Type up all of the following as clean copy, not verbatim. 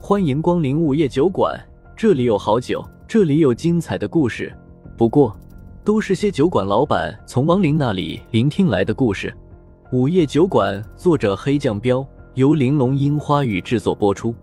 欢迎光临午夜酒馆，这里有好酒，这里有精彩的故事。不过，都是些酒馆老板从亡灵那里聆听来的故事。午夜酒馆，作者黑酱标，由玲珑樱花雨制作播出。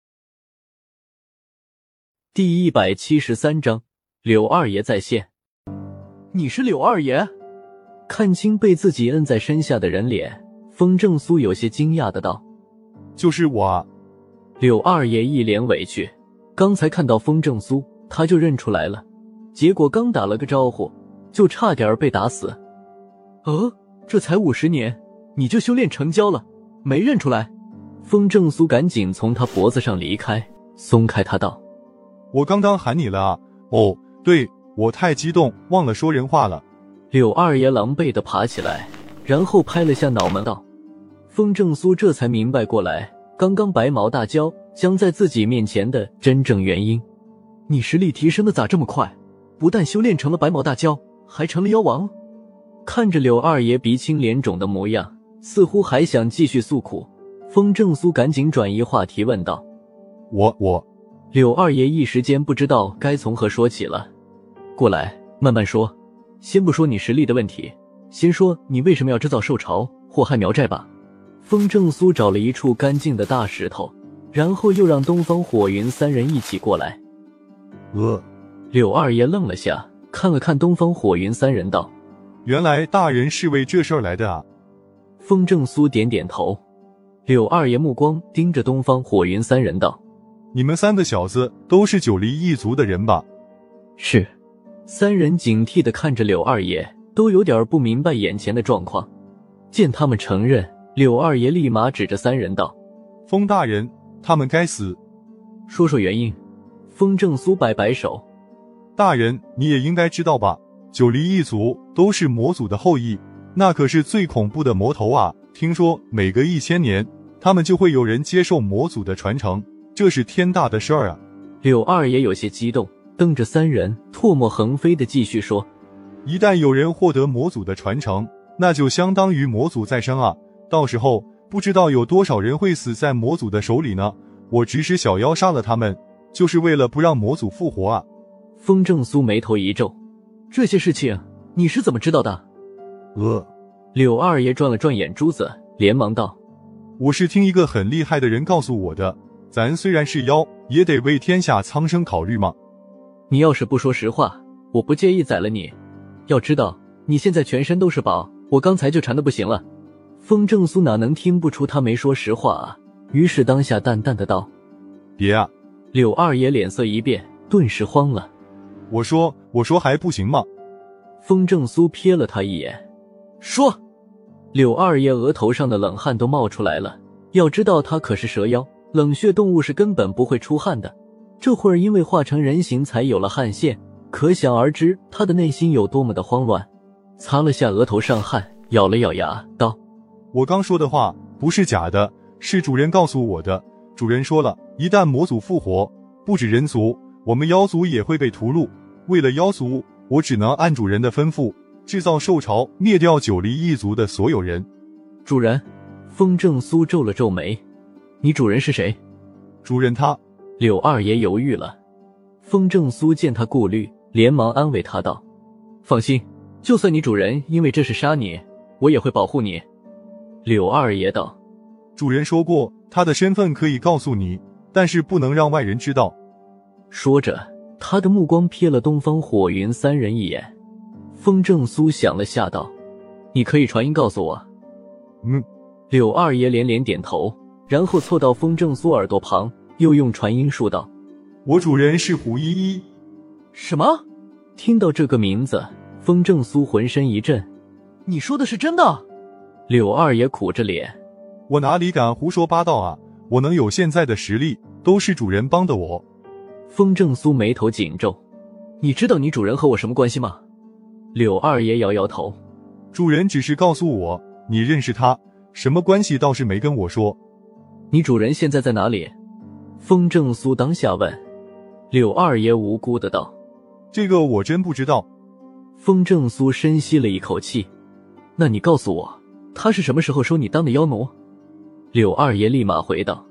第173章，柳二爷在线。你是柳二爷？看清被自己摁在身下的人脸，风正苏有些惊讶的道： 就是我啊。 柳二爷一脸委屈，刚才看到风正苏他就认出来了，结果刚打了个招呼就差点被打死。这才50年你就修炼成蛟了，没认出来？风正苏赶紧从他脖子上离开，松开他道： 我刚刚喊你了啊。哦，对，我太激动忘了说人话了。 柳二爷狼狈地爬起来，然后拍了下脑门道。风正苏这才明白过来刚刚白毛大蛟将在自己面前的真正原因。你实力提升的咋这么快？不但修炼成了白毛大蛟，还成了妖王？看着柳二爷鼻青脸肿的模样，似乎还想继续诉苦，风正苏赶紧转移话题问道： 我柳二爷一时间不知道该从何说起了。过来慢慢说，先不说你实力的问题，先说你为什么要制造兽潮祸害苗寨吧。风正苏找了一处干净的大石头，然后又让东方火云三人一起过来。柳二爷愣了下，看了看东方火云三人道： 原来大人是为这事儿来的啊。 风正苏点点头。柳二爷目光盯着东方火云三人道： 你们三个小子都是九黎一族的人吧？ 是。三人警惕地看着柳二爷，都有点不明白眼前的状况。见他们承认，柳二爷立马指着三人道： 风大人，他们该死。 说说原因。风正苏摆摆手： 大人，你也应该知道吧，九黎一族都是魔族的后裔，那可是最恐怖的魔头啊，听说每隔1000年他们就会有人接受魔族的传承，这是天大的事儿啊。 柳二爷有些激动，瞪着三人，唾沫横飞地继续说： 一旦有人获得魔族的传承，那就相当于魔族再生啊，到时候不知道有多少人会死在魔族的手里呢。我指使小妖杀了他们，就是为了不让魔族复活啊。 风正苏眉头一皱：这些事情你是怎么知道的？柳二爷转了转眼珠子，连忙道： 我是听一个很厉害的人告诉我的，咱虽然是妖，也得为天下苍生考虑嘛。 你要是不说实话，我不介意宰了你。要知道你现在全身都是宝，我刚才就馋得不行了。风正苏哪能听不出他没说实话啊，于是当下淡淡的道： 别啊。 柳二爷脸色一变，顿时慌了。 我说还不行吗？ 风正苏瞥了他一眼，说。柳二爷额头上的冷汗都冒出来了，要知道他可是蛇妖，冷血动物是根本不会出汗的，这会儿因为化成人形才有了汗腺，可想而知他的内心有多么的慌乱。擦了下额头上汗，咬了咬牙道： 我刚说的话不是假的，是主人告诉我的。主人说了，一旦魔族复活，不止人族，我们妖族也会被屠戮。为了妖族，我只能按主人的吩咐制造兽潮，灭掉九黎一族的所有人。 主人？风正苏皱了皱眉：你主人是谁？ 主人他…… 柳二爷犹豫了。风正苏见他顾虑，连忙安慰他道：放心，就算你主人因为这事杀你，我也会保护你。柳二爷道： 主人说过，他的身份可以告诉你，但是不能让外人知道。 说着，他的目光瞥了东方火云三人一眼。风正苏想了下道：你可以传音告诉我。柳二爷连连点头，然后凑到风正苏耳朵旁，又用传音术道： 我主人是胡依依。 什么？听到这个名字，风正苏浑身一震。你说的是真的？柳二爷苦着脸： 我哪里敢胡说八道啊，我能有现在的实力，都是主人帮的我。 风正苏眉头紧皱：你知道你主人和我什么关系吗？柳二爷摇摇头： 主人只是告诉我你认识他，什么关系倒是没跟我说。 你主人现在在哪里？风正苏当下问。柳二爷无辜的道： 这个我真不知道。 风正苏深吸了一口气：那你告诉我，他是什么时候收你当的妖奴？柳二爷立马回道：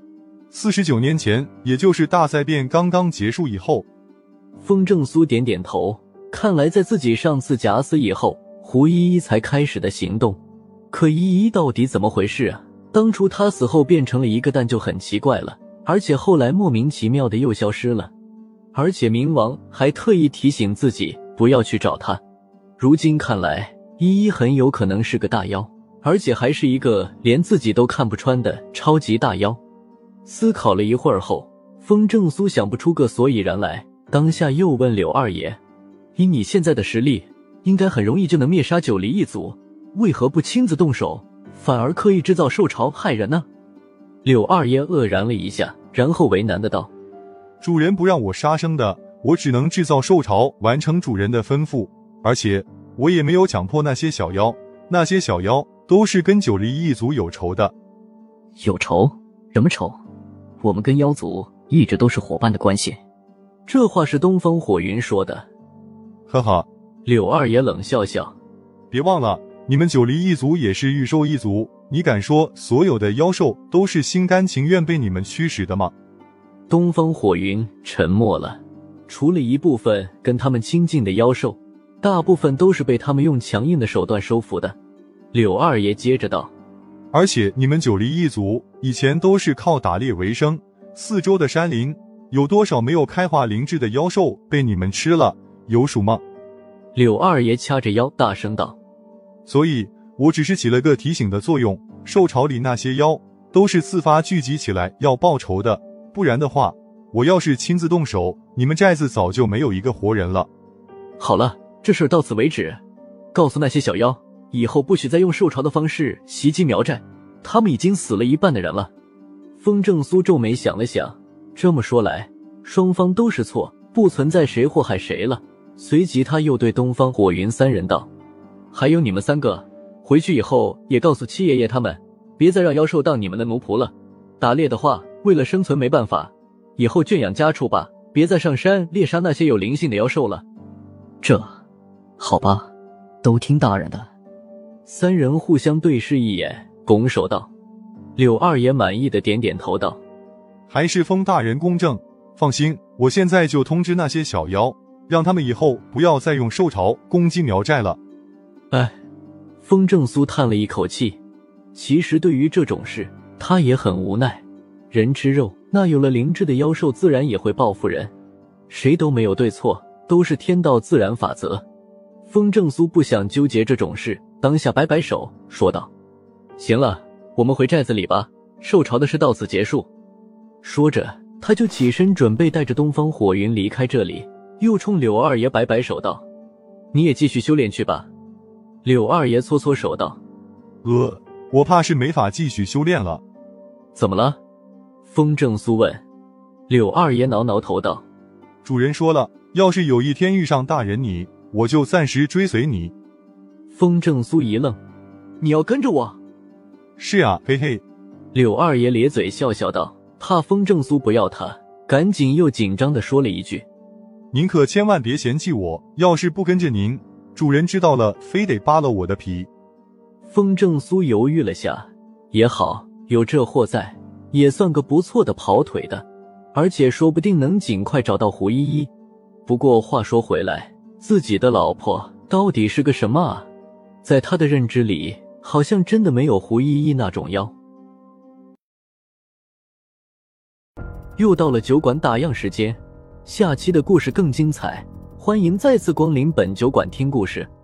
49年前，也就是大赛变刚刚结束以后。 风正苏点点头，看来在自己上次假死以后，胡依依才开始的行动。可依依到底怎么回事啊？当初她死后变成了一个蛋就很奇怪了，而且后来莫名其妙的又消失了。而且冥王还特意提醒自己不要去找她。如今看来，依依很有可能是个大妖，而且还是一个连自己都看不穿的超级大妖。思考了一会儿后，风正苏想不出个所以然来，当下又问柳二爷，以你现在的实力，应该很容易就能灭杀九黎一族，为何不亲自动手，反而刻意制造兽潮害人呢？柳二爷愕然了一下，然后为难的道， 主人不让我杀生的，我只能制造兽潮完成主人的吩咐，而且我也没有强迫那些小妖，那些小妖都是跟九黎一族有仇的。 有仇？什么仇？我们跟妖族一直都是伙伴的关系。 这话是东方火云说的。 呵呵， 柳二爷冷笑笑， 别忘了，你们九黎一族也是御兽一族，你敢说所有的妖兽都是心甘情愿被你们驱使的吗？ 东方火云沉默了，除了一部分跟他们亲近的妖兽，大部分都是被他们用强硬的手段收服的。柳二爷接着道， 而且你们九黎一族以前都是靠打猎为生，四周的山林有多少没有开化灵智的妖兽被你们吃了，有数吗？ 柳二爷掐着腰大声道， 所以我只是起了个提醒的作用，兽潮里那些妖都是自发聚集起来要报仇的，不然的话，我要是亲自动手，你们寨子早就没有一个活人了。 好了，这事儿到此为止，告诉那些小妖，以后不许再用兽潮的方式袭击苗寨，他们已经死了一半的人了。风正苏皱眉想了想，这么说来，双方都是错，不存在谁祸害谁了。随即他又对东方火云三人道，还有你们三个，回去以后也告诉七爷爷他们，别再让妖兽当你们的奴仆了。打猎的话，为了生存没办法，以后圈养家畜吧，别再上山猎杀那些有灵性的妖兽了。 这，好吧，都听大人的。 三人互相对视一眼，拱手道。柳二爷满意的点点头道， 还是风大人公正，放心，我现在就通知那些小妖，让他们以后不要再用兽潮攻击苗寨了。 哎，风正苏叹了一口气，其实对于这种事他也很无奈，人吃肉，那有了灵智的妖兽自然也会报复人，谁都没有对错，都是天道自然法则。风正苏不想纠结这种事，当下摆摆手说道，行了，我们回寨子里吧，兽潮的事到此结束。说着他就起身准备带着东方火云离开这里，又冲柳二爷摆摆手道，你也继续修炼去吧。柳二爷搓搓手道， 我怕是没法继续修炼了。 怎么了？风正苏问。柳二爷挠挠头道， 主人说了，要是有一天遇上大人你，我就暂时追随你。 风正苏一愣，你要跟着我？ 是啊，嘿嘿。 柳二爷咧嘴笑笑道，怕风正苏不要他，赶紧又紧张地说了一句， 您可千万别嫌弃我，要是不跟着您，主人知道了非得扒了我的皮。 风正苏犹豫了下，也好，有这货在，也算个不错的跑腿的，而且说不定能尽快找到胡依依。不过话说回来，自己的老婆到底是个什么啊？在他的认知里，好像真的没有胡依依那种妖。又到了酒馆打烊时间，下期的故事更精彩，欢迎再次光临本酒馆听故事。